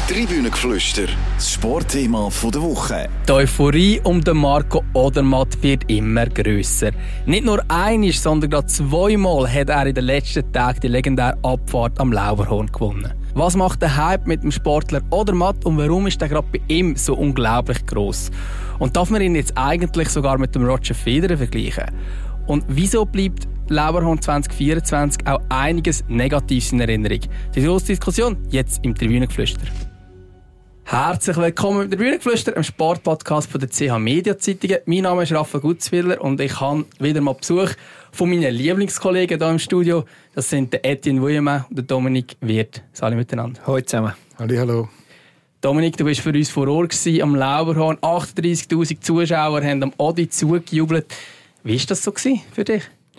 Tribünengeflüster, das Sportthema der Woche. Die Euphorie um den Marco Odermatt wird immer grösser. Nicht nur einmal, sondern gerade zweimal hat er in den letzten Tagen die legendäre Abfahrt am Lauberhorn gewonnen. Was macht der Hype mit dem Sportler Odermatt und warum ist der gerade bei ihm so unglaublich gross? Und darf man ihn jetzt eigentlich sogar mit dem Roger Federer vergleichen? Und wieso bleibt Lauberhorn 2024 auch einiges Negatives in Erinnerung? Die grosse Diskussion jetzt im Tribünengeflüster. Herzlich willkommen im Tribünengeflüster, einem Sportpodcast von der CH Media Zeitungen. Mein Name ist Raphael Gutzwiller und ich habe wieder mal Besuch von meinen Lieblingskollegen hier im Studio. Das sind der Etienne Wuillemin und der Dominik Wirth. Salut miteinander. Hallo zusammen. Hallo. Dominik, du warst für uns vor Ort am Lauberhorn. 38'000 Zuschauer haben am Odi zugejubelt. Wie war das so für dich?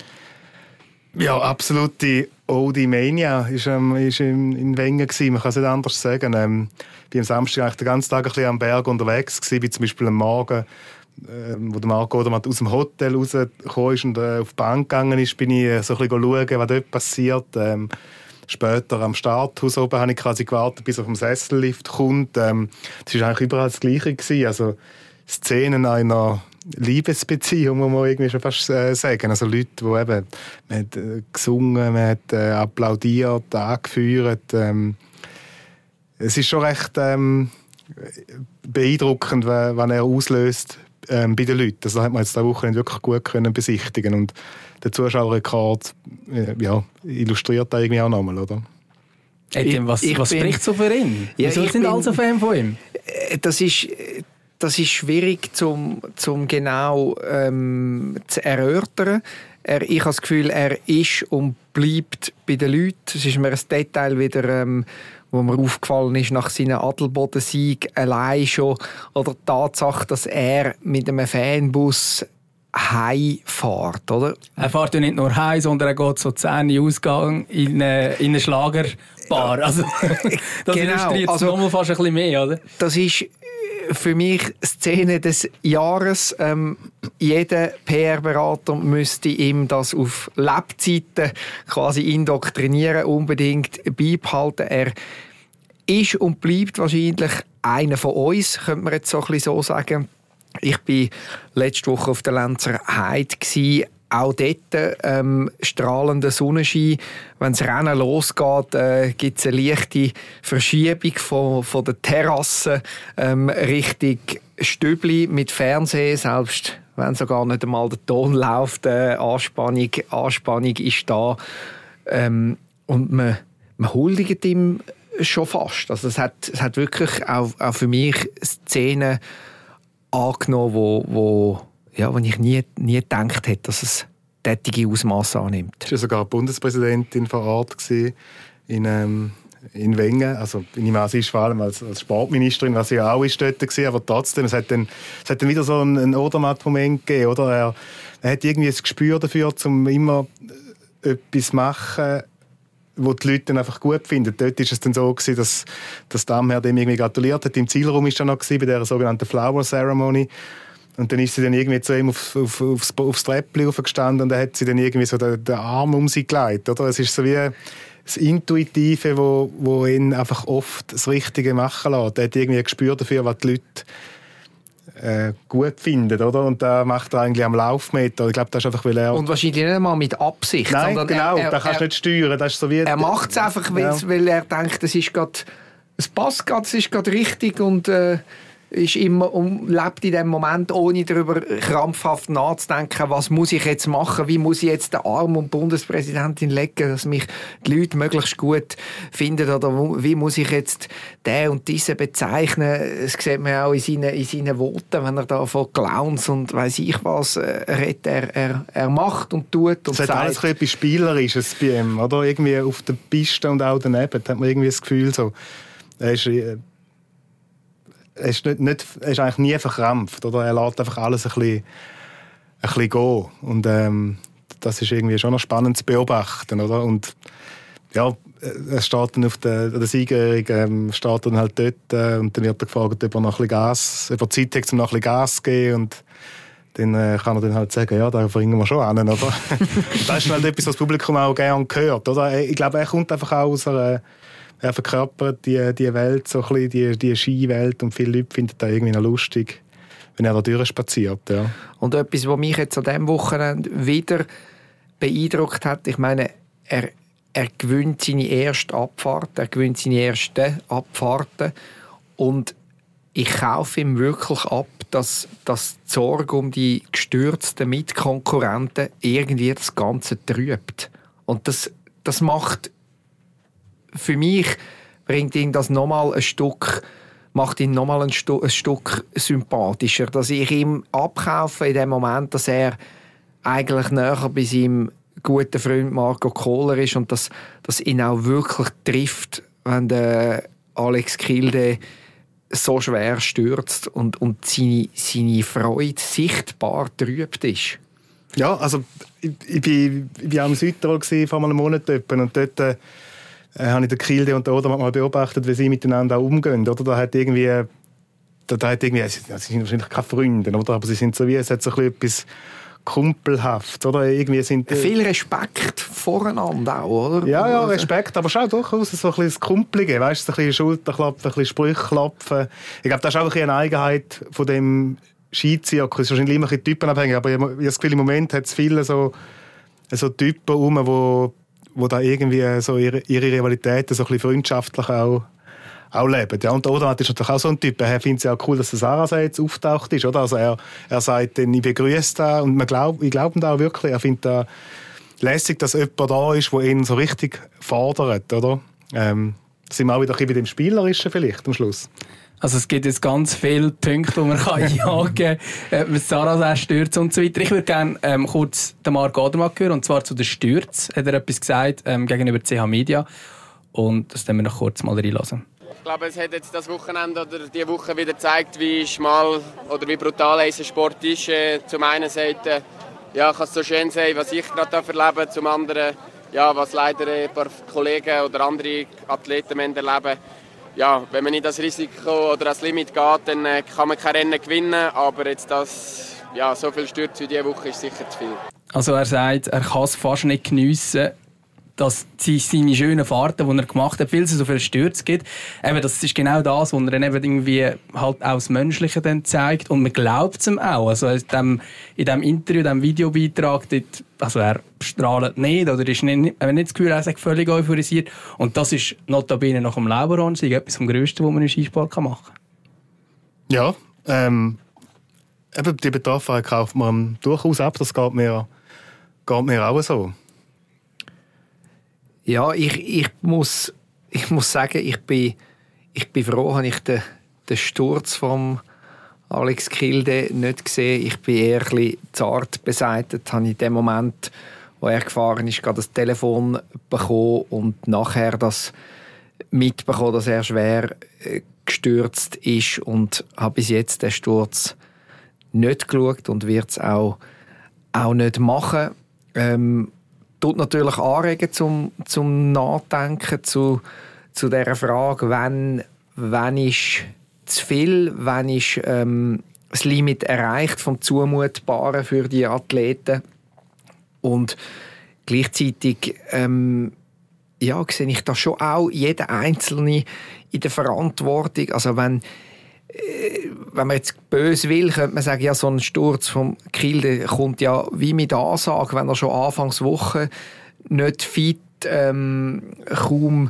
Ja, absolute Odi-Mania war in Wengen. Man kann es nicht anders sagen. Ich war am Samstag eigentlich den ganzen Tag ein bisschen am Berg unterwegs, wie zum Beispiel am Morgen, wo der Marco Odermatt aus dem Hotel rausgekommen ist und auf die Bank gegangen ist, bin ich so ein bisschen schauen, was dort passiert. Später am Starthaus oben habe ich quasi gewartet, bis er vom Sessellift kommt. Das war eigentlich überall das Gleiche. Also Szenen einer Liebesbeziehung, muss man irgendwie schon fast sagen. Also Leute, die eben, man hat gesungen, man hat applaudiert, angeführt. Es ist schon recht beeindruckend, was er auslöst bei den Leuten. Das hat man jetzt diese Woche nicht wirklich gut können besichtigen. Und der Zuschauerrekord illustriert das irgendwie auch nochmal, oder? Was spricht so für ihn? Wieso sind alle so Fan von ihm? Das ist schwierig zum genau zu erörtern. Ich habe das Gefühl, er ist und bleibt bei den Leuten. Es ist mir ein Detail wieder, wo mir aufgefallen ist nach seinem Adelboden-Sieg allein schon. Oder die Tatsache, dass er mit einem Fanbus heimfährt, oder? Er fährt ja nicht nur heim, sondern er geht so 10 Uhr Ausgang in eine Schlagerbar. Also, das illustriert es nochmal fast ein bisschen mehr, oder? Das ist für mich Szene des Jahres. Jeder PR-Berater müsste ihm das auf Lebzeiten quasi indoktrinieren, unbedingt beibehalten. Er ist und bleibt wahrscheinlich einer von uns, könnte man jetzt so ein bisschen so sagen. Ich war letzte Woche auf der Lenzer Heide. Auch dort strahlender Sonnenschein. Wenn das Rennen losgeht, gibt es eine leichte Verschiebung von der Terrasse Richtung Stübli mit Fernsehen, selbst wenn sogar nicht einmal der Ton läuft. Anspannung ist da. Und man huldigt ihm schon fast. Also es hat wirklich auch für mich Szenen angenommen, wo ich nie gedacht hätte, dass es tätige Ausmaße annimmt. Es war sogar die Bundespräsidentin vor Ort in Wengen. Also, ich nehme an, sie ist vor allem als Sportministerin, was sie ja auch ist dort war, aber trotzdem, es hat dann wieder so einen Odermatt-Moment gegeben, oder? Er hat irgendwie ein Gespür dafür, um immer etwas zu machen, wo die Leute dann einfach gut finden. Dort war es dann so, dass Damherr dem irgendwie gratuliert hat. Im Zielraum war er noch bei der sogenannten Flower Ceremony. Und dann ist sie dann irgendwie zu ihm aufs Treppchen aufgestanden und dann hat sie dann irgendwie so den Arm um sie gelegt, oder? Es ist so wie das Intuitive, wo ihn einfach oft das Richtige machen lässt. Er hat irgendwie ein Gespür dafür, was die Leute gut finden, oder? Und da macht er eigentlich am Laufmeter. Ich glaube, das ist einfach, weil er... Und wahrscheinlich nicht einmal mit Absicht. Nein, sondern genau, da kannst du nicht steuern. Das ist so wie... Er macht es einfach, weil er denkt, es passt gerade, es ist gerade richtig und... ist immer und lebt in dem Moment, ohne darüber krampfhaft nachzudenken, was muss ich jetzt machen, wie muss ich jetzt den Arm um die Bundespräsidentin legen, dass mich die Leute möglichst gut finden, oder wie muss ich jetzt den und diesen bezeichnen. Das sieht man auch in seinen Worten, wenn er da von Clowns und weiss ich was redet, er macht und tut und sagt. Es hat alles etwas Spielerisches bei ihm, oder? Irgendwie auf der Piste und auch daneben hat man irgendwie das Gefühl, so, er ist eigentlich nie verkrampft, oder? Er lässt einfach alles ein bisschen gehen. Und das ist irgendwie schon noch spannend zu beobachten, oder? Und ja, er steht dann auf der Siegerehrung, steht dann halt dort und dann wird er gefragt, ob er noch ein bisschen Zeit hat, um noch ein bisschen Gas zu geben. Und dann kann er dann halt sagen, ja, da bringen wir schon an, oder? Das ist halt etwas, was das Publikum auch gerne hört, oder? Ich glaube, er kommt einfach auch aus einer Er verkörpert die Welt, so ein bisschen die Skiwelt, und viele Leute finden das irgendwie noch lustig, wenn er da durchspaziert. Ja. Und etwas, was mich jetzt an diesem Wochenende wieder beeindruckt hat, ich meine, er gewinnt seine erste Abfahrt, er gewinnt seine ersten Abfahrten und ich kaufe ihm wirklich ab, dass die Sorge um die gestürzten Mitkonkurrenten irgendwie das Ganze trübt. Und das macht für mich, bringt ihn das nochmal ein Stück, macht ihn nochmal ein Stück sympathischer. Dass ich ihm abkaufe in dem Moment, dass er eigentlich näher bei seinem guten Freund Marco Kohler ist und dass ihn auch wirklich trifft, wenn der Alex Kilde so schwer stürzt und seine Freude sichtbar trübt ist. Ja, also ich bin auch im Südtirol vor einem Monat und dort habe ich den Kilde und den Odermatt mal beobachtet, wie sie miteinander auch umgehen. Oder? Da hat irgendwie, sie sind wahrscheinlich keine Freunde, oder? Aber sie sind so wie, es hat so etwas kumpelhaft, oder? Irgendwie sind viel Respekt voreinander auch, oder? Ja, Respekt, aber schon durchaus so ein bisschen das Kumpelige, weißt du, ein bisschen Schulterklopfen, ein bisschen Sprüchklopfen. Ich glaube, das ist auch eine Eigenheit von dem Skizirkus. Es ist wahrscheinlich immer ein bisschen typenabhängig, aber ich habe das Gefühl, im Moment hat es viele so Typen rum, wo da irgendwie so ihre Rivalitäten so ein bisschen freundschaftlich auch leben. Ja, und der Odermatt ist natürlich auch so ein Typ. Er findet es ja auch cool, dass der Sarasa jetzt auftaucht ist. Oder? Also er sagt dann, ich begrüße ihn und ich glaube ihm da auch wirklich. Er findet da lässig, dass jemand da ist, der ihn so richtig fordert. Oder? Sind wir auch wieder ein bisschen bei dem Spielerischen vielleicht am Schluss. Also es gibt jetzt ganz viele Punkte, die man jagen kann, mit Sarasa stürzt und so weiter. Ich würde gerne kurz den Marco Odermatt hören, und zwar zu der Stürz. Hat er etwas gesagt gegenüber CH Media. Und das werden wir noch kurz mal reinlassen. Ich glaube, es hat jetzt das Wochenende oder die Woche wieder gezeigt, wie schmal oder wie brutal unser Sport ist. Zum einen Seite kann es so schön sein, was ich gerade erlebe, zum anderen was leider ein paar Kollegen oder andere Athleten erleben. Ja, wenn man in das Risiko oder das Limit geht, dann kann man kein Rennen gewinnen, aber jetzt so viel Stürze wie diese Woche ist sicher zu viel. Also er sagt, er kann es fast nicht geniessen, dass seine schönen Fahrten, die er gemacht hat, weil es so viele Stürze gibt. Eben, das ist genau das, was er dann eben irgendwie halt auch das Menschliche dann zeigt. Und man glaubt es ihm auch. Also in diesem Interview, in diesem Videobeitrag, dort, also er strahlt nicht oder ist nicht das Gefühl, er ist völlig euphorisiert. Und das ist notabene nach dem Lauberhorn-Sieg etwas vom Größten, was man im Skisport machen kann. Ja, eben die Betroffenheit kauft man durchaus ab. Das geht mir auch so. Ja, ich muss sagen, ich bin froh, habe ich den Sturz vom Alex Kilde nicht gesehen. Ich bin eher ein bisschen zart beseitigt. Habe ich in dem Moment, wo er gefahren ist, gerade das Telefon bekommen und nachher das mitbekommen, dass er schwer gestürzt ist, und habe bis jetzt den Sturz nicht geschaut und wird es auch nicht machen. Tut natürlich anregen zum Nachdenken zu dieser Frage, wann ist zu viel, wann ist das Limit erreicht vom Zumutbaren für die Athleten. Und gleichzeitig sehe ich da schon auch jeden Einzelnen in der Verantwortung. Also wenn man jetzt böse will, könnte man sagen, ja, so ein Sturz vom Kilde kommt ja wie mit Ansage, wenn er schon Anfangswoche nicht fit, kaum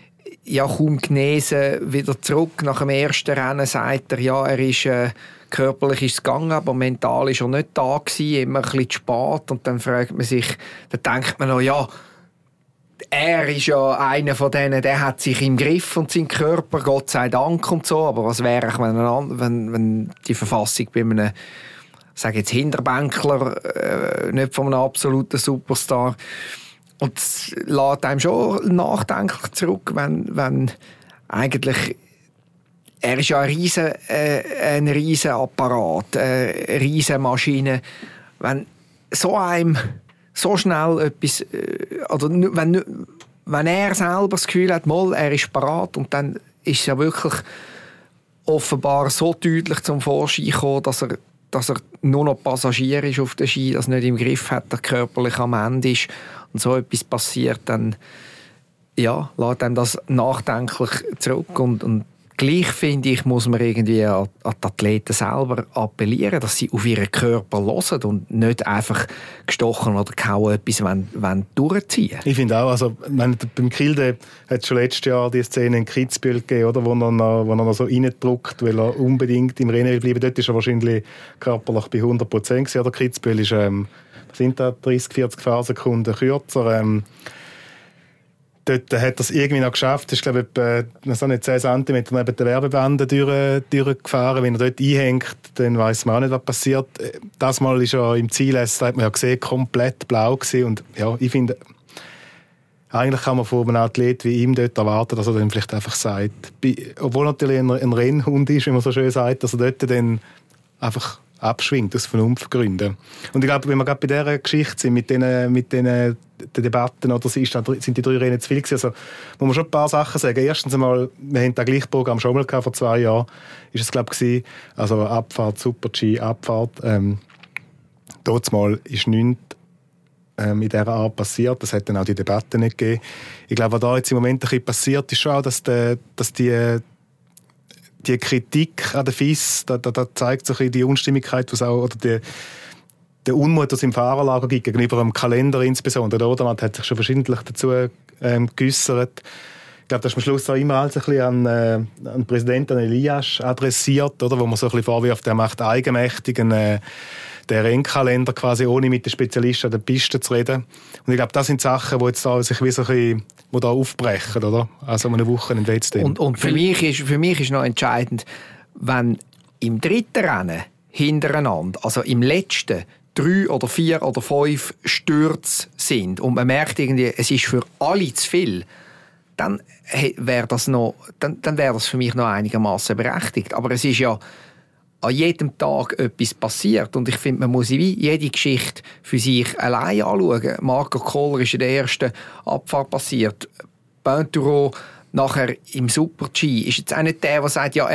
genesen, wieder zurück. Nach dem ersten Rennen sagt er, ja, er ist körperlich ist es gegangen, aber mental ist er nicht da gewesen, immer ein bisschen zu spät. Und dann fragt man sich, dann denkt man noch, ja, er ist ja einer von denen, der hat sich im Griff und seinen Körper, Gott sei Dank und so. Aber was wäre, wenn die Verfassung bei einem, sage jetzt Hinterbänkler, nicht von einem absoluten Superstar, und es lässt einem schon nachdenklich zurück, wenn eigentlich, er ist ja ein riesen Apparat, eine riesen Maschine, wenn so einem so schnell etwas, oder wenn er selber das Gefühl hat, er ist parat, und dann ist es ja wirklich offenbar so deutlich zum Vorschein gekommen, dass er nur noch Passagier ist auf der Ski, dass er nicht im Griff hat, der körperlich am Ende ist und so etwas passiert, dann lässt einem das nachdenklich zurück und gleich, finde ich, muss man irgendwie an die Athleten selber appellieren, dass sie auf ihren Körper hören und nicht einfach gestochen oder kaum etwas durchziehen. Ich finde auch, also beim Kilde hat es schon letztes Jahr die Szene in Kitzbühel gegeben, oder, wo er noch so reindrückt, weil er unbedingt im Rennen bleiben. Dort ist er wahrscheinlich körperlich bei 100% oder Kitzbühel ist, sind da 30-40 Fahrsekunden kürzer. Dort hat er es irgendwie noch geschafft. Ich glaube, etwa 10 cm neben der Werbebande durchgefahren. Wenn er dort einhängt, dann weiss man auch nicht, was passiert. Das Mal ist er im Ziel, das hat man ja gesehen, komplett blau gewesen. Und ja, ich finde, eigentlich kann man von einem Athlet wie ihm dort erwarten, dass er dann vielleicht einfach sagt, obwohl natürlich ein Rennhund ist, wie man so schön sagt, dass er dort dann einfach abschwingt, aus Vernunftgründen. Und ich glaube, wenn wir gerade bei dieser Geschichte sind, mit den Debatten, oder sind die 3 Rennen zu viel gewesen, also muss man schon ein paar Sachen sagen. Erstens einmal, wir haben das gleiche Programm schon mal gehabt, vor 2 Jahren, ist es, glaube ich, also Abfahrt, Super-G, Abfahrt. Dort mal ist nichts in dieser Art passiert. Das hat dann auch die Debatte nicht gegeben. Ich glaube, was da jetzt im Moment ein bisschen passiert, ist schon auch, dass die Kritik an der FIS, da zeigt sich die Unstimmigkeit, was auch, oder der Unmut, was es im Fahrerlager gibt, gegenüber dem Kalender insbesondere. Der Odermatt hat sich schon verschiedentlich dazu geäussert. Ich glaube, das ist am Schluss auch immer ein bisschen an den Präsidenten Elias adressiert, oder, wo man so ein bisschen vorwirft, der macht eigenmächtig den Rennkalender quasi, ohne mit den Spezialisten an der Piste zu reden. Und ich glaube, das sind Sachen, die jetzt da sich wie so ein bisschen, die da aufbrechen, oder? Also eine Woche in Wettstein. Und für mich ist noch entscheidend, wenn im dritten Rennen hintereinander, also im letzten 3 oder 4 oder 5 Stürze sind und man merkt irgendwie, es ist für alle zu viel, dann wäre das für mich noch einigermaßen berechtigt. Aber es ist ja an jedem Tag etwas passiert und ich finde, man muss jede Geschichte für sich allein anschauen. Marco Kohler ist in der ersten Abfahrt passiert. Pinturo nachher im Super-G ist jetzt auch nicht der sagt, ja,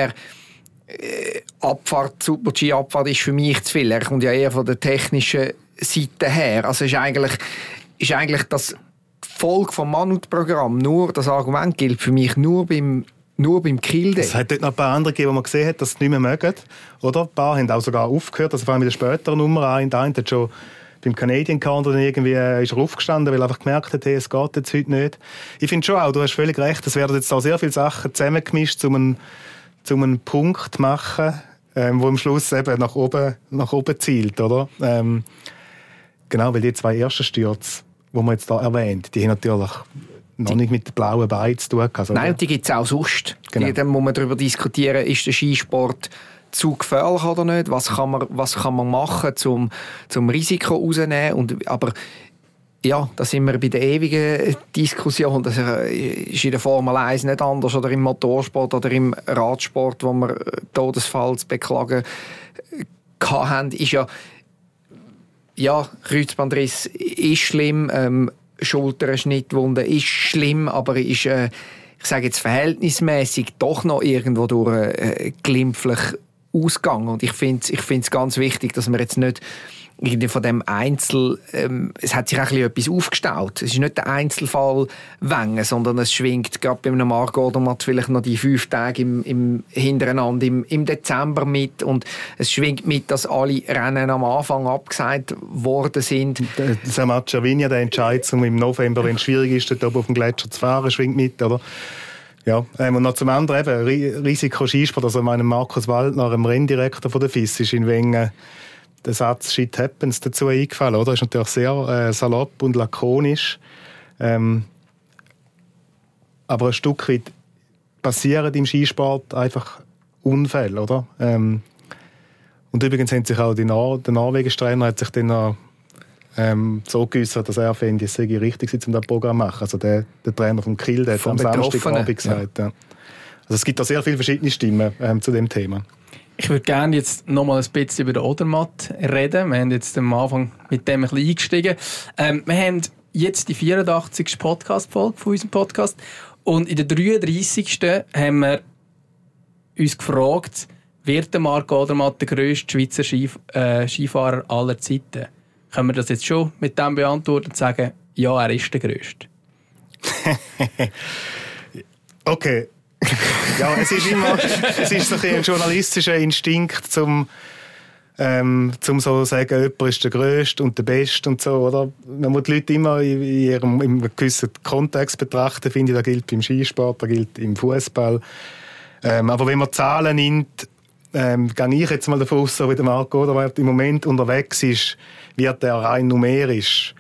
Super-G-Abfahrt ist für mich zu viel. Er kommt ja eher von der technischen Seite her. Also ist eigentlich das Folge vom Manut-Programm, nur das Argument gilt für mich nur beim Kilde. Es hat dort noch ein paar andere gegeben, wo man gesehen hat, dass sie nicht mehr mögen. Oder? Ein paar haben auch sogar aufgehört, also vor allem in der späteren Nummer 1. Der eine hat schon beim Canadian Counter irgendwie ist er aufgestanden, weil er einfach gemerkt hat, hey, es geht jetzt heute nicht. Ich finde schon auch, du hast völlig recht, es werden jetzt da sehr viele Sachen zusammengemischt, um einen Punkt zu machen, wo am Schluss eben nach oben zielt. Oder? Genau, weil die 2 ersten Stürze, die man jetzt da erwähnt, die haben natürlich noch nicht mit den blauen Beinen zu tun. Also, nein, die gibt es auch sonst. Genau. Dann muss man darüber diskutieren, ist der Skisport zu gefährlich oder nicht? Was kann man machen, zum Risiko rauszunehmen? Aber ja, da sind wir bei der ewigen Diskussion. Das ist in der Formel 1 nicht anders oder im Motorsport oder im Radsport, wo wir Todesfall zu beklagen hatten, ist ja, Kreuzbandriss ist schlimm, Schulterschnittwunde ist schlimm, aber ist, ich sage jetzt verhältnismäßig doch noch irgendwo durch glimpflich ausgegangen. Und ich finde es ganz wichtig, dass man jetzt nicht irgendwie von dem es hat sich auch etwas aufgestaut. Es ist nicht der Einzelfall Wengen, sondern es schwingt gerade bei einem Marco Odermatt vielleicht noch die 5 Tage im hintereinander im Dezember mit und es schwingt mit, dass alle Rennen am Anfang abgesagt worden sind. Der Match Cervinia, der Entscheid, um im November, wenn es schwierig ist, dort oben auf dem Gletscher zu fahren, schwingt mit, oder? Ja, und noch zum anderen eben, Risiko-Skisport, also meinem Markus Waldner, dem Renndirektor von der FIS, ist in Wengen der Satz «Shit happens» dazu eingefallen, oder? Das ist natürlich sehr salopp und lakonisch. Aber ein Stück weit passieren im Skisport einfach Unfälle, oder? Und übrigens haben sich auch der norwegische Trainer hat sich dann so geäussert, dass er findet, es sei richtig, um das Programm zu machen. Also der Trainer vom Kiel, der hat am Samstagabend gesagt. Ja. Also es gibt da sehr viele verschiedene Stimmen zu dem Thema. Ich würde gerne jetzt noch mal ein bisschen über den Odermatt reden. Wir haben jetzt am Anfang mit dem ein bisschen eingestiegen. Wir haben jetzt die 84. Podcast-Folge von unserem Podcast. Und in der 33. haben wir uns gefragt, wird der Marco Odermatt der grösste Schweizer Skifahrer aller Zeiten? Können wir das jetzt schon mit dem beantworten und sagen, ja, er ist der grösste? Okay. Ja, es ist so ein journalistischer Instinkt, zum so sagen, jemand ist der Grösste und der Beste und so, oder? Man muss die Leute immer in einem gewissen Kontext betrachten, finde ich. Das gilt beim Skisport, das gilt im Fußball. Aber wenn man Zahlen nimmt, gehe ich jetzt mal davon aus, so wie der Marco Odermatt im Moment unterwegs ist, wird er rein numerisch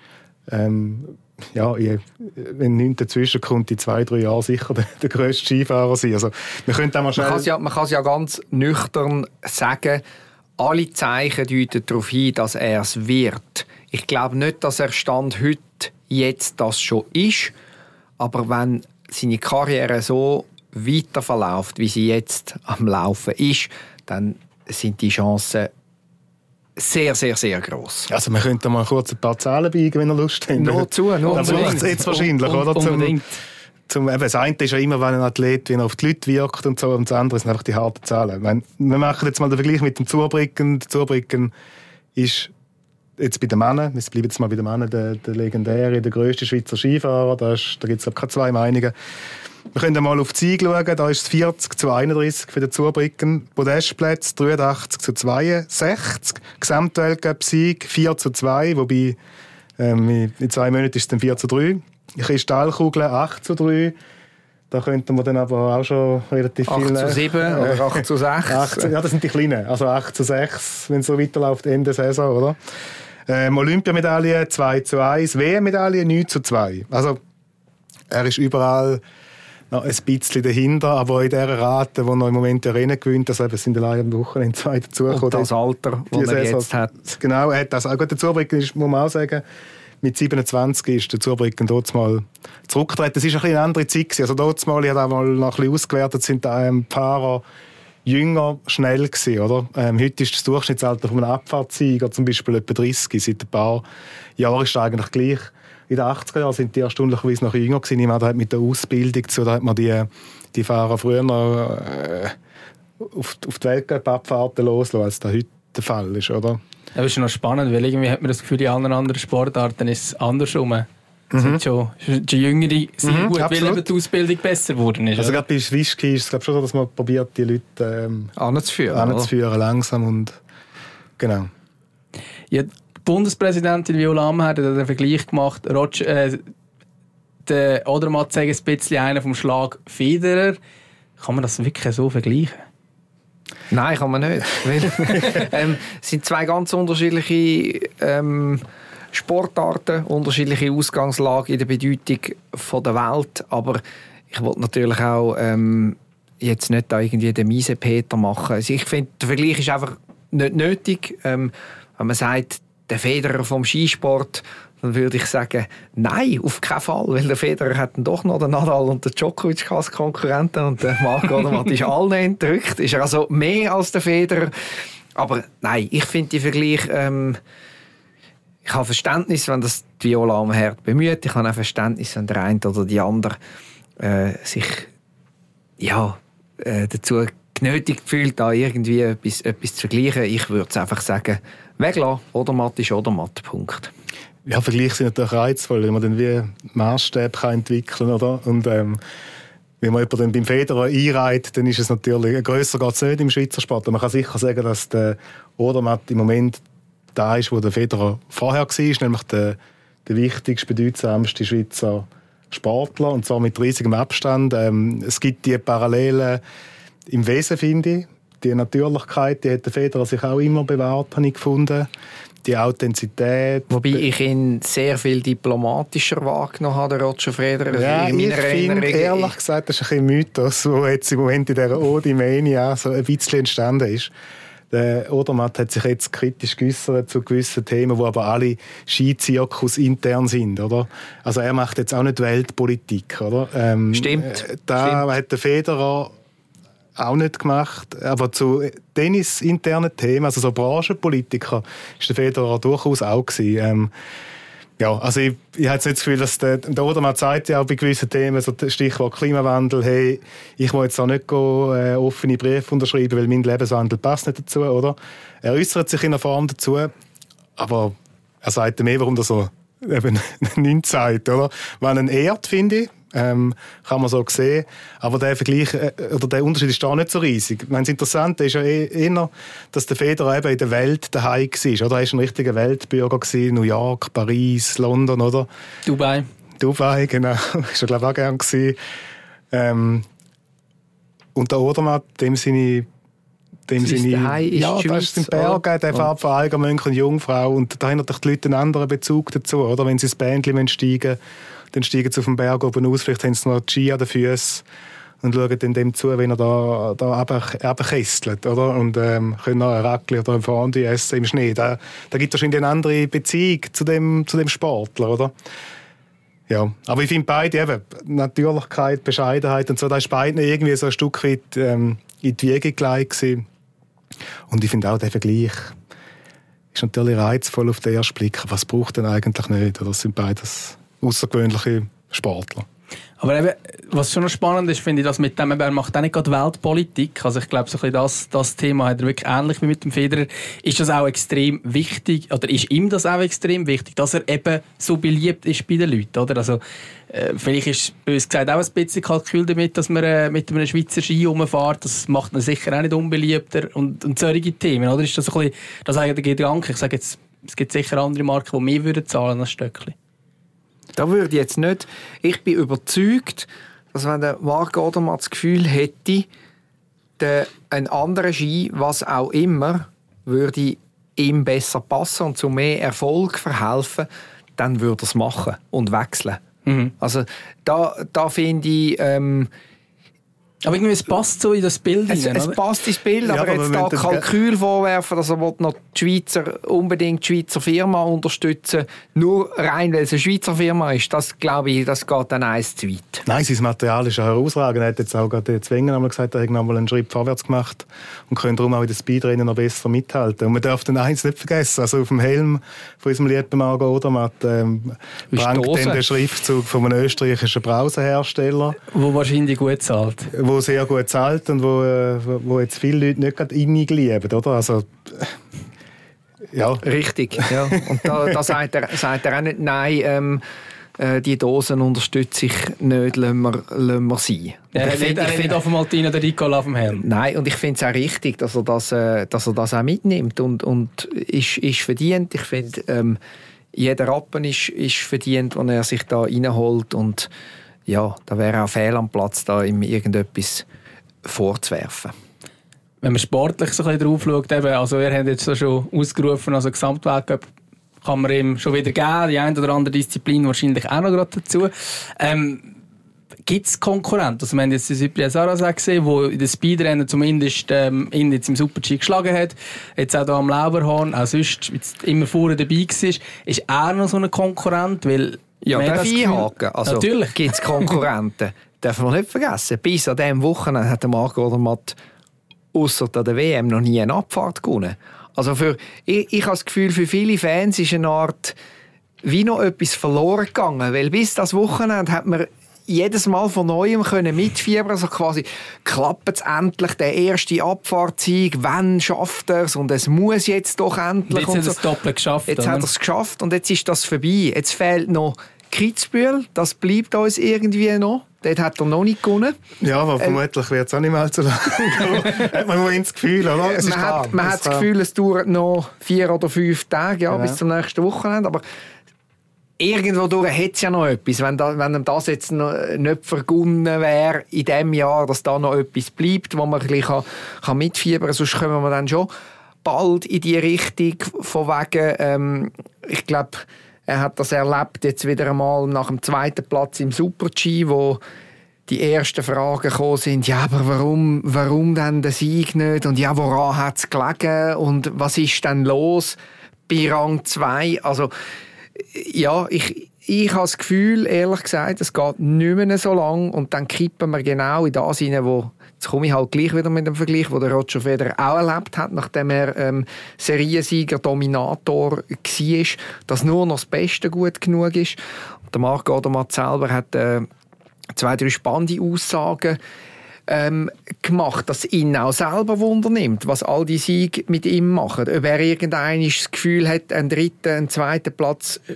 wenn nichts dazwischen kommt, in 2-3 Jahren sicher der grösste Skifahrer sein. Also, man kann es ja ganz nüchtern sagen, alle Zeichen deuten darauf hin, dass er es wird. Ich glaube nicht, dass er Stand heute jetzt das schon ist, aber wenn seine Karriere so weiter verläuft, wie sie jetzt am Laufen ist, dann sind die Chancen sehr, sehr, sehr gross. Also wir könnten mal kurz ein paar Zahlen biegen, wenn ihr Lust habt. Noch zu. Das macht es jetzt wahrscheinlich, oder? Unbedingt. Das eine ist ja immer, wenn ein Athlet wie er auf die Leute wirkt und so, und das andere sind einfach die harten Zahlen. Wir machen jetzt mal den Vergleich mit dem Zurbriggen. Der Zurbriggen ist jetzt bei den Männern, wir bleiben jetzt mal bei den Männern, der legendäre, der grösste Schweizer Skifahrer. Da gibt es keine zwei Meinungen. Wir können mal auf die Sieg schauen, da ist es 40-31 für den Zurbriggen. Podestplätze 83-62. Gesamtweltcup-Sieg 4-2, wobei in 2 Monaten ist es dann 4-3. Kristallkugeln 8-3. Da könnten wir dann aber auch schon relativ viel... 8-7 oder 8-6? Ja, das sind die Kleinen. Also 8-6, wenn es so weiterläuft, Ende Saison, oder? Olympiamedaille 2-1, WM-Medaille 9-2. Also er ist überall noch ein bisschen dahinter, aber in dieser Rate, wo er im Moment die Rennen gewinnt, also es sind allein am Wochenende 2 dazugekommen. Und das Alter, das er jetzt hat. Genau, er hat das auch. Gut, der Zurbriggen ist, muss man auch sagen, mit 27 ist der Zurbriggen dort mal zurückgetreten. Das war ein eine andere Zeit. Also dort mal, ich habe auch mal noch ein bisschen ausgewertet, sind ein paar jünger schnell gewesen, oder? Heute ist das Durchschnittsalter von einem Abfahrtssieger zum Beispiel etwa 30. Seit ein paar Jahren ist es eigentlich gleich. In den 80er Jahren sind die erstaunlicherweise noch jünger gewesen. Ich meine, da hat mit der Ausbildung zu, da hat man die Fahrer früher noch auf die Weltcup-Abfahrten loslassen, als das heute der Fall ist, oder? Das ist noch spannend, weil irgendwie hat man das Gefühl, in allen anderen Sportarten ist es andersrum. Sind schon die Jüngere sind gut, weil eben die Ausbildung besser geworden ist. Also gerade bei Whisky ist es glaube schon so, dass man probiert, die Leute anzuführen langsam und genau. Ja, die Bundespräsidentin Viola Amherd hat einen Vergleich gemacht. Der Odermatt sagt ein bisschen einer vom Schlag Federer. Kann man das wirklich so vergleichen? Nein, kann man nicht. Es sind 2 ganz unterschiedliche Sportarten, unterschiedliche Ausgangslagen in der Bedeutung von der Welt. Aber ich wollte natürlich auch jetzt nicht da irgendwie den Miesepeter machen. Also ich finde, der Vergleich ist einfach nicht nötig. Wenn man sagt, der Federer vom Skisport, dann würde ich sagen, nein, auf keinen Fall, weil der Federer hat dann doch noch den Nadal und den Djokovic als Konkurrenten und der Marco Odermatt ist allen entrückt. Ist er also mehr als der Federer? Aber nein, ich finde die Vergleich, ich habe Verständnis, wenn das die Viola Amherd bemüht. Ich habe auch Verständnis, wenn der eine oder die andere sich dazu genötigt fühlt, da irgendwie etwas zu vergleichen. Ich würde es einfach sagen, weglassen, Odermatt ist Odermatt, Punkt. Ja, Vergleiche sind natürlich reizvoll, wenn man dann wie Maßstäbe entwickeln kann, oder? Und wenn man jemanden beim Federer einreiht, dann ist es natürlich, grösser geht es nicht im Schweizer Sport. Man kann sicher sagen, dass der Odermatt im Moment da ist, wo der Federer vorher war, nämlich der wichtigste, bedeutsamste Schweizer Sportler, und zwar mit riesigem Abstand. Es gibt die Parallelen im Wesen, finde ich. Die Natürlichkeit, die hat der Federer sich auch immer bewahrt, habe ich gefunden. Die Authentizität. Wobei ich ihn sehr viel diplomatischer wahrgenommen habe, der Roger Federer. Ja, ich finde, ehrlich gesagt, das ist ein Mythos, der jetzt im Moment in dieser Odi-Mania so ein bisschen entstanden ist. Der Odermatt hat sich jetzt kritisch geäussert zu gewissen Themen, die aber alle Skizirkus intern sind, oder? Also er macht jetzt auch nicht Weltpolitik, oder? Stimmt. Hat der Federer auch nicht gemacht, aber zu tennisinternen Themen, also so Branchenpolitiker, ist der Federer durchaus auch gewesen. Ja, also ich habe jetzt nicht das Gefühl, dass der Odermatt sagt ja auch bei gewissen Themen, so Stichwort Klimawandel, hey, ich will jetzt auch nicht offene Briefe unterschreiben, weil mein Lebenswandel passt nicht dazu, oder? Er äußert sich in einer Form dazu, aber er sagt mehr, warum er so eben nichts sagt, oder? Wenn ein ehrt, finde ich, kann man so sehen. Aber der Vergleich, oder der Unterschied ist da nicht so riesig. Das Interessante ist ja eher, dass der Federer eben in der Welt daheim war. Oder? Er war ein richtiger Weltbürger gewesen, New York, Paris, London, oder? Dubai, genau. Ist er, glaube ich, auch gern gewesen. Und der Odermatt, dem seine ja, das ist in Bergen, der fährt von Algermönch und Jungfrau und da haben natürlich die Leute einen anderen Bezug dazu, oder? Wenn sie ins Bändchen steigen, dann steigen sie auf den Berg oben aus, vielleicht haben sie noch die Ski an den Füßen und schauen dann dem zu, wenn er da kästelt, oder? Und können noch ein Räckchen oder ein Fondue essen im Schnee. Da gibt es wahrscheinlich eine andere Beziehung zu dem Sportler, oder? Ja, aber ich finde beide eben, Natürlichkeit, Bescheidenheit und so, da ist beiden irgendwie so ein Stück weit in die Wiege gelegt gewesen. Und ich finde auch, der Vergleich ist natürlich reizvoll auf den ersten Blick. Was braucht denn eigentlich nicht? Das sind beides außergewöhnliche Sportler. Aber eben, was schon noch spannend ist, finde ich, dass mit dem, er macht auch nicht gerade Weltpolitik. Also ich glaube, so ein bisschen das Thema hat er wirklich ähnlich wie mit dem Federer. Ist das auch extrem wichtig, oder ist ihm das auch extrem wichtig, dass er eben so beliebt ist bei den Leuten, oder? Also vielleicht ist, bös gesagt, auch ein bisschen Kalkül damit, dass man mit einem Schweizer Ski rumfährt. Das macht man sicher auch nicht unbeliebter und solche Themen, oder? Ist das ein bisschen, das eigentlich der Gedanke? Ich sage jetzt, es gibt sicher andere Marken, die mehr würden zahlen als Stöckli. Da würde ich jetzt nicht. Ich bin überzeugt, dass wenn der Marco Odermatt das Gefühl hätte, ein anderer Ski, was auch immer, würde ihm besser passen und zu mehr Erfolg verhelfen, dann würde er es machen und wechseln. Mhm. Also da finde ich... aber irgendwie, es passt so in das Bild hinein, es passt ins Bild, ja, aber jetzt da Kalkül vorwerfen, dass er noch unbedingt die Schweizer Firma unterstützen, nur rein, weil es eine Schweizer Firma ist, das glaube ich, das geht dann eins zu weit. Nein, sein Material ist ja herausragend. Er hat jetzt auch gerade Zwingen einmal gesagt, er hat nochmal einen Schritt vorwärts gemacht und könnte darum auch in den Speedrennen noch besser mithalten. Und man darf dann eins nicht vergessen, also auf dem Helm von unserem lieben Marco Odermatt prangt dann der Schriftzug von einem österreichischen Brausenhersteller. Wo wahrscheinlich gut zahlt. Wo sehr gut zahlt und wo jetzt viele Leute nicht gerade innig lieben, oder? Also, ja. Richtig, ja. Und da sagt er auch nicht, nein, die Dosen unterstütze ich nicht, lassen wir sein. Er hat nicht auf dem Altina der Nicola auf dem Helm. Nein, und ich finde es auch richtig, dass er das auch mitnimmt und ist verdient. Ich finde, jeder Rappen ist verdient, den er sich da reinholt und ja, da wäre auch fehl am Platz, da ihm irgendetwas vorzuwerfen. Wenn man sportlich so ein bisschen drauf schaut, also ihr habt jetzt schon ausgerufen, also Gesamtweltcup kann man ihm schon wieder geben, die eine oder andere Disziplin wahrscheinlich auch noch gerade dazu. Gibt es Konkurrenten? Also wir haben jetzt den Cyprien Sarrazin gesehen, der in den Speedrennen zumindest ihn jetzt im Super-G geschlagen hat. Jetzt auch hier am Lauberhorn, auch sonst immer vorne dabei war. Ist er noch so ein Konkurrent? Weil ja, darf ich einhaken? Also, natürlich gibt es Konkurrenten. Darf man nicht vergessen. Bis an diesem Wochenende hat der Marco Odermatt ausser der WM noch nie eine Abfahrt gewonnen. Also ich habe das Gefühl, für viele Fans ist eine Art wie noch etwas verloren gegangen. Weil bis das Wochenende hat man jedes Mal von Neuem mitfiebern, also quasi klappt es endlich, der erste Abfahrtssieg, wann schafft er es und es muss jetzt doch endlich. Jetzt hat er es doppelt geschafft. Jetzt hat er es geschafft und jetzt ist das vorbei. Jetzt fehlt noch Kitzbühel, das bleibt uns irgendwie noch. Dort hat er noch nicht gewonnen. Ja, aber vermutlich wird es auch nicht mehr allzu lange. Hat man immer das Gefühl, oder? Man hat das Gefühl, es dauert noch 4 oder 5 Tage bis zum nächsten Wochenende, aber irgendwo durch hat es ja noch etwas. Wenn das jetzt noch nicht vergunnen wäre in diesem Jahr, dass da noch etwas bleibt, wo man ein bisschen kann mitfiebern kann, sonst kommen wir dann schon bald in die Richtung von wegen, ich glaube, er hat das erlebt jetzt wieder einmal nach dem 2. Platz im Super-G, wo die ersten Fragen gekommen sind, ja, aber warum denn der Sieg nicht? Und ja, woran hat es gelegen? Und was ist denn los bei Rang 2? Also, ja, ich habe das Gefühl, ehrlich gesagt, es geht nicht mehr so lang und dann kippen wir genau in das hinein, wo, jetzt komme ich halt gleich wieder mit dem Vergleich, wo der Roger Federer auch erlebt hat, nachdem er Seriensieger, Dominator war, dass nur noch das Beste gut genug ist. Und der Marco Odermatt selber hat 2, 3 spannende Aussagen gemacht, dass ihn auch selber wundernimmt, was all die Siege mit ihm machen. Ob er irgendein das Gefühl hat, einen 3., einen 2. Platz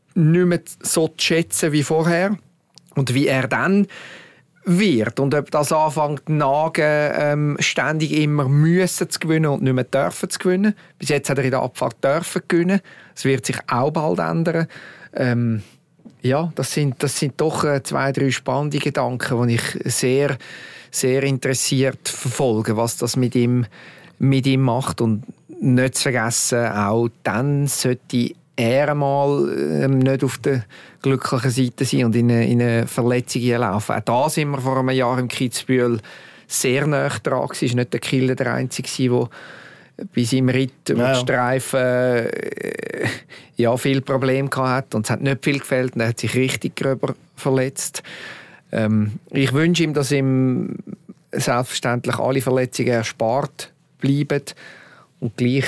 nicht mehr so zu schätzen wie vorher. Und wie er dann wird und ob das anfängt nagen, ständig immer müssen zu gewinnen und nicht mehr dürfen zu gewinnen. Bis jetzt hat er in der Abfahrt dürfen gewinnen. Das wird sich auch bald ändern. Ja, das sind doch 2-3 spannende Gedanken, die ich sehr, sehr interessiert verfolge, was das mit ihm macht. Und nicht zu vergessen, auch dann sollte er mal nicht auf der glücklichen Seite sein und in eine Verletzung laufen. Auch da sind wir vor einem Jahr im Kitzbühel sehr nahe dran. Es war nicht der Killer der Einzige, der bei seinem Ritt über die Streifen viel Probleme hatte. Und es hat nicht viel gefällt. Er hat sich richtig gröber verletzt. Ich wünsche ihm, dass ihm selbstverständlich alle Verletzungen erspart bleiben. Und gleich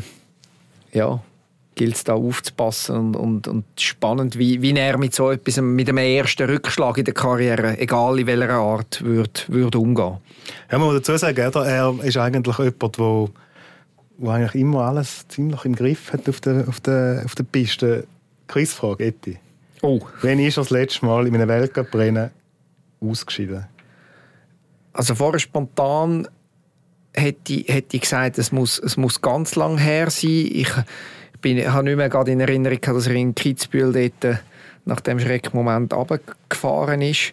gilt es da aufzupassen und spannend, wie er mit so etwas, mit einem ersten Rückschlag in der Karriere, egal in welcher Art, würde umgehen. Ja, man muss dazu sagen, er ist eigentlich jemand, der eigentlich immer alles ziemlich im Griff hat auf der Piste. Quizfrage, Eti. Oh. Wann ist er das letzte Mal in einem Weltcup-Rennen ausgeschieden? Also vorher spontan hätte ich gesagt, es muss ganz lang her sein. Ich habe nicht mehr gerade in Erinnerung gehabt, dass er in Kitzbühel dort nach dem Schreckmoment runtergefahren ist.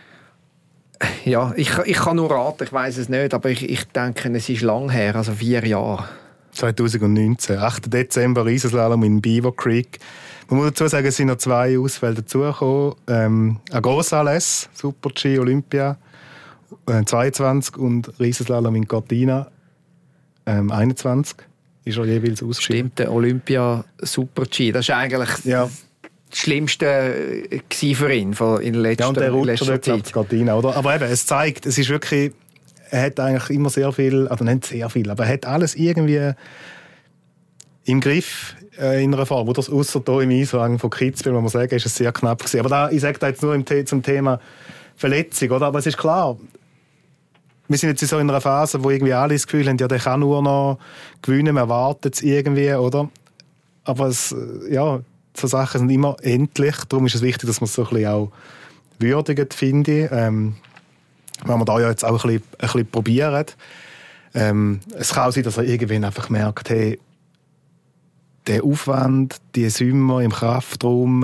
Ja, ich kann nur raten, ich weiss es nicht, aber ich denke, es ist lang her, also 4 Jahre. 2019, 8. Dezember, Riesenslalom in Beaver Creek. Man muss dazu sagen, es sind noch 2 Ausfälle dazugekommen. Agosales, Super-G, Olympia, 22 und Riesenslalom in Cortina, 21. Ist er jeweils ausgeschieden. Stimmt, der Olympia Super-G. Das war eigentlich das Schlimmste für ihn in letzter Zeit. Cortina, oder? Aber eben, es zeigt, es ist wirklich, er hat eigentlich immer sehr viel, also nicht sehr viel, aber er hat alles irgendwie im Griff in einer Form. Oder ausser hier im Eiswagen von Kitzbühel, wo man sagen, ist es sehr knapp gewesen. Aber ich sage da jetzt nur zum Thema Verletzung, oder? Aber es ist klar, wir sind jetzt in so einer Phase, wo irgendwie alle das Gefühl haben, ja, der kann nur noch gewinnen, man erwartet es irgendwie, oder? Aber so Sachen sind immer endlich. Darum ist es wichtig, dass man es so ein bisschen auch würdigt, finde ich. Wenn wir da ja jetzt auch ein bisschen probieren. Es kann auch sein, dass er irgendwann einfach merkt, hey, der Aufwand, die Sommer im Kraftraum,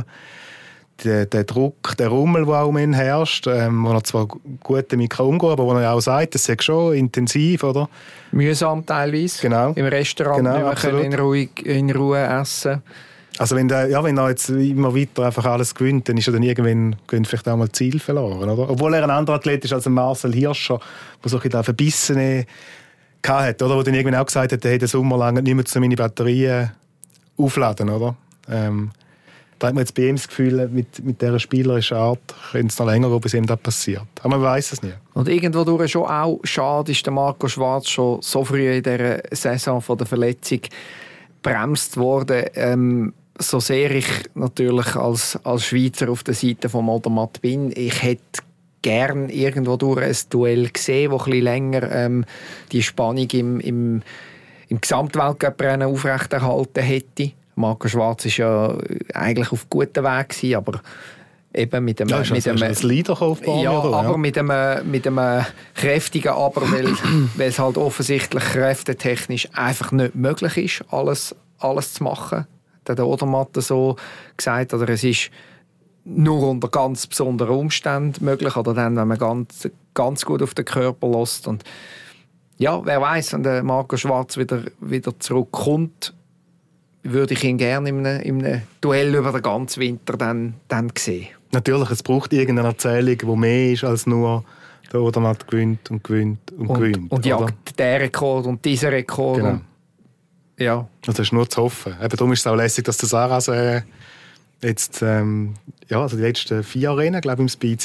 der Druck, der Rummel, der auch um ihn herrscht, wo er zwar gut damit umgehen kann, aber wo er auch sagt, das ist schon intensiv, oder? Mühsam teilweise. Genau. Im Restaurant nicht mehr in Ruhe essen. Also wenn er jetzt immer weiter einfach alles gewinnt, dann ist er dann irgendwann vielleicht auch mal Ziel verloren, oder? Obwohl er ein anderer Athlet ist als Marcel Hirscher, der so ein bisschen Verbissene hatte, oder? Wo dann irgendwann auch gesagt hat, er hätte den Sommer lang nicht mehr zu meine Batterien aufladen, oder? Da hat man jetzt bei ihm das Gefühl, mit dieser spielerischen Art könnte es noch länger gehen, bis ihm das passiert. Aber man weiß es nicht. Und irgendwo durch schon auch schade ist der Marco Schwarz schon so früh in dieser Saison von der Verletzung bremst worden. So sehr ich natürlich als Schweizer auf der Seite von Odermatt bin, ich hätte gern irgendwo durch ein Duell gesehen, das ein bisschen länger die Spannung im Gesamtweltcuprennen aufrechterhalten hätte. Marco Schwarz war ja eigentlich auf gutem Weg gewesen, aber eben mit einem als Leader aufbauen, ja, oder? Aber mit einem kräftigen Aber, weil es halt offensichtlich kräftetechnisch einfach nicht möglich ist, alles zu machen. Der Odermatt so gesagt, oder es ist nur unter ganz besonderen Umständen möglich, oder dann, wenn man ganz gut auf den Körper lässt. Und ja, wer weiß, wenn der Marco Schwarz wieder zurückkommt, würde ich ihn gerne in einem Duell über den ganzen Winter dann sehen. Natürlich, es braucht irgendeine Erzählung, die mehr ist als nur der Odermatt gewinnt und gewinnt und gewinnt. Und jagt der Rekord und dieser Rekord. Genau. Und, ja. Das ist nur zu hoffen. Eben darum ist es auch lässig, dass der Saras jetzt also die letzten 4 Rennen, glaube ich, im Speed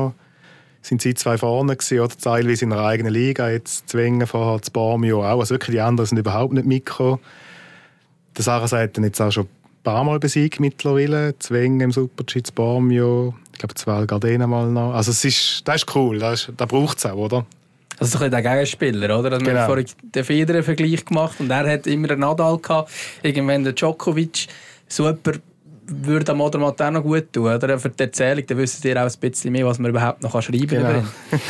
sind sie 2 vorne gewesen, oder teilweise in einer eigenen Liga, jetzt Zwängen vorher, das Bormio auch. Also wirklich die anderen sind überhaupt nicht mitgekommen. Der Saras hat dann jetzt auch schon ein paar Mal besiegt mittlerweile. Zwängen im Super-G, das Bormio, ich glaube, Val Gardena mal noch. Also das ist cool, da braucht es auch, oder? Also so ein bisschen der Gegenspieler, oder? Wir haben vorhin den Federer-Vergleich gemacht und er hat immer einen Nadal gehabt, irgendwann den Djokovic. So jemand würde am Odermatt auch noch gut tun, oder? Für die Erzählung, dann wisst ihr auch ein bisschen mehr, was man überhaupt noch schreiben kann.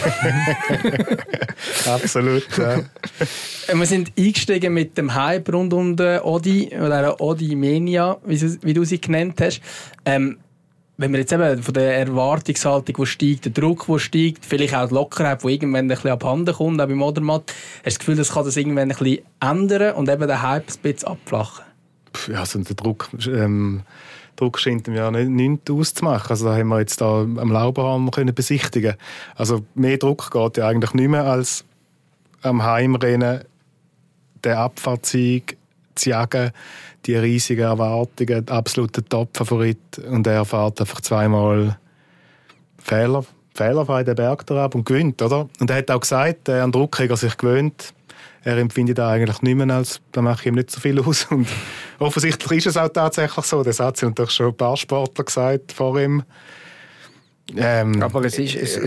Genau. Absolut, ja. Wir sind eingestiegen mit dem Hype rund um den Odi, oder Odi-Mania, wie du sie genannt hast. Wenn wir jetzt eben von der Erwartungshaltung, die steigt, der Druck, der steigt, vielleicht auch die Lockerheit, die irgendwann ein bisschen abhanden kommt, auch beim Odermatt, hast du das Gefühl, das kann das irgendwann ein bisschen ändern und eben den Hype ein bisschen abflachen? Ja, also der Druck scheint ja nichts auszumachen. Also da haben wir jetzt da am Lauberhahn können besichtigen. Also mehr Druck geht ja eigentlich nicht mehr als am Heimrennen den Abfahrtsieg zu jagen, die riesigen Erwartungen, der absolute Top-Favorit, und er fährt einfach zweimal fehlerfrei den Berg ab und gewinnt, oder? Und er hat auch gesagt, an Druck hat er sich gewöhnt. Er empfindet das eigentlich nicht mehr als, da mache ich ihm nicht so viel aus. Und offensichtlich ist es auch tatsächlich so. Das hat sich natürlich schon ein paar Sportler gesagt vor ihm. Aber es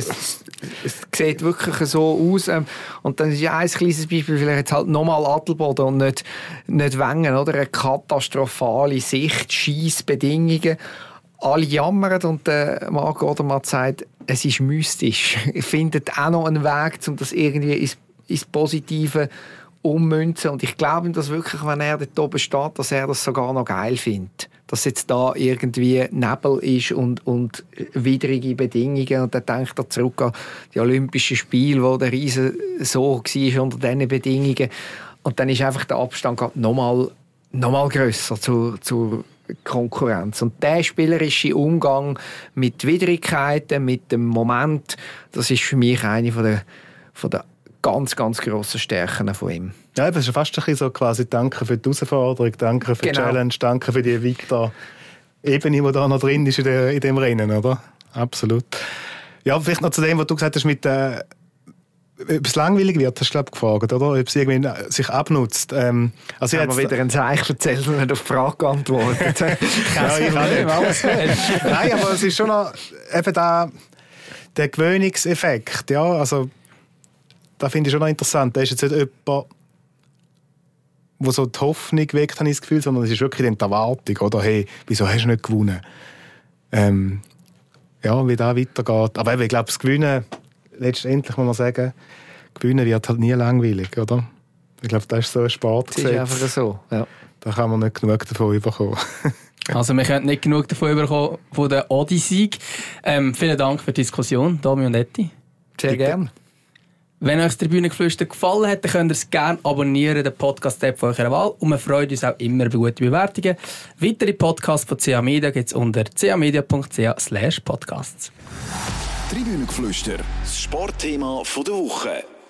sieht wirklich so aus. Und dann ist ja ein kleines Beispiel, vielleicht jetzt halt nochmal Adelboden und nicht Wengen, oder? Eine katastrophale Sicht, Scheissbedingungen. Alle jammern und Marco Odermatt sagt, es ist mystisch. Er findet auch noch einen Weg, um das irgendwie ins Positive ummünzen. Und ich glaube ihm das wirklich, wenn er dort oben steht, dass er das sogar noch geil findet. Dass jetzt da irgendwie Nebel ist und widrige Bedingungen. Und dann denkt er zurück an die Olympischen Spiele, wo der Riese so war unter diesen Bedingungen. Und dann ist einfach der Abstand noch mal grösser zur Konkurrenz. Und der spielerische Umgang mit Widrigkeiten, mit dem Moment, das ist für mich eine von der ganz, ganz grossen Stärken von ihm. Ja, das ist fast ein bisschen so quasi Danke für die Herausforderung, Danke für die Challenge, Danke für die Victor-Ebene, die da noch drin ist in dem Rennen, oder? Absolut. Ja, vielleicht noch zu dem, was du gesagt hast, ob es langweilig wird, hast du, glaube ich, gefragt, oder? Ob es irgendwie sich abnutzt. Also ich habe wieder ein Zeichen erzählt und nicht auf die Frage geantwortet. Ja, ich kann nicht. Nein, aber es ist schon noch eben der Gewöhnungseffekt, ja, also da finde ich schon noch interessant. Da ist jetzt nicht jemand, der so die Hoffnung weckt, habe ich das Gefühl, sondern es ist wirklich die Erwartung, oder? Hey, wieso hast du nicht gewonnen? Ja, wie das weitergeht. Aber ich glaube, das Gewinnen, letztendlich muss man sagen, Gewinnen wird halt nie langweilig, oder? Ich glaube, das ist so ein Sportgesetz. Das ist einfach so, ja. Da kann man nicht genug davon bekommen. Also wir können nicht genug davon bekommen, von der Odi-Sieg. Vielen Dank für die Diskussion, Dami und Etti. Sehr gerne. Wenn euch das Tribünengeflüster gefallen hat, dann könnt ihr es gerne abonnieren, den Podcast-App von eurer Wahl. Und wir freuen uns auch immer über gute Bewertungen. Weitere Podcasts von CA Media gibt es unter camedia.ch/podcasts. Tribünengeflüster, das Sportthema der Woche.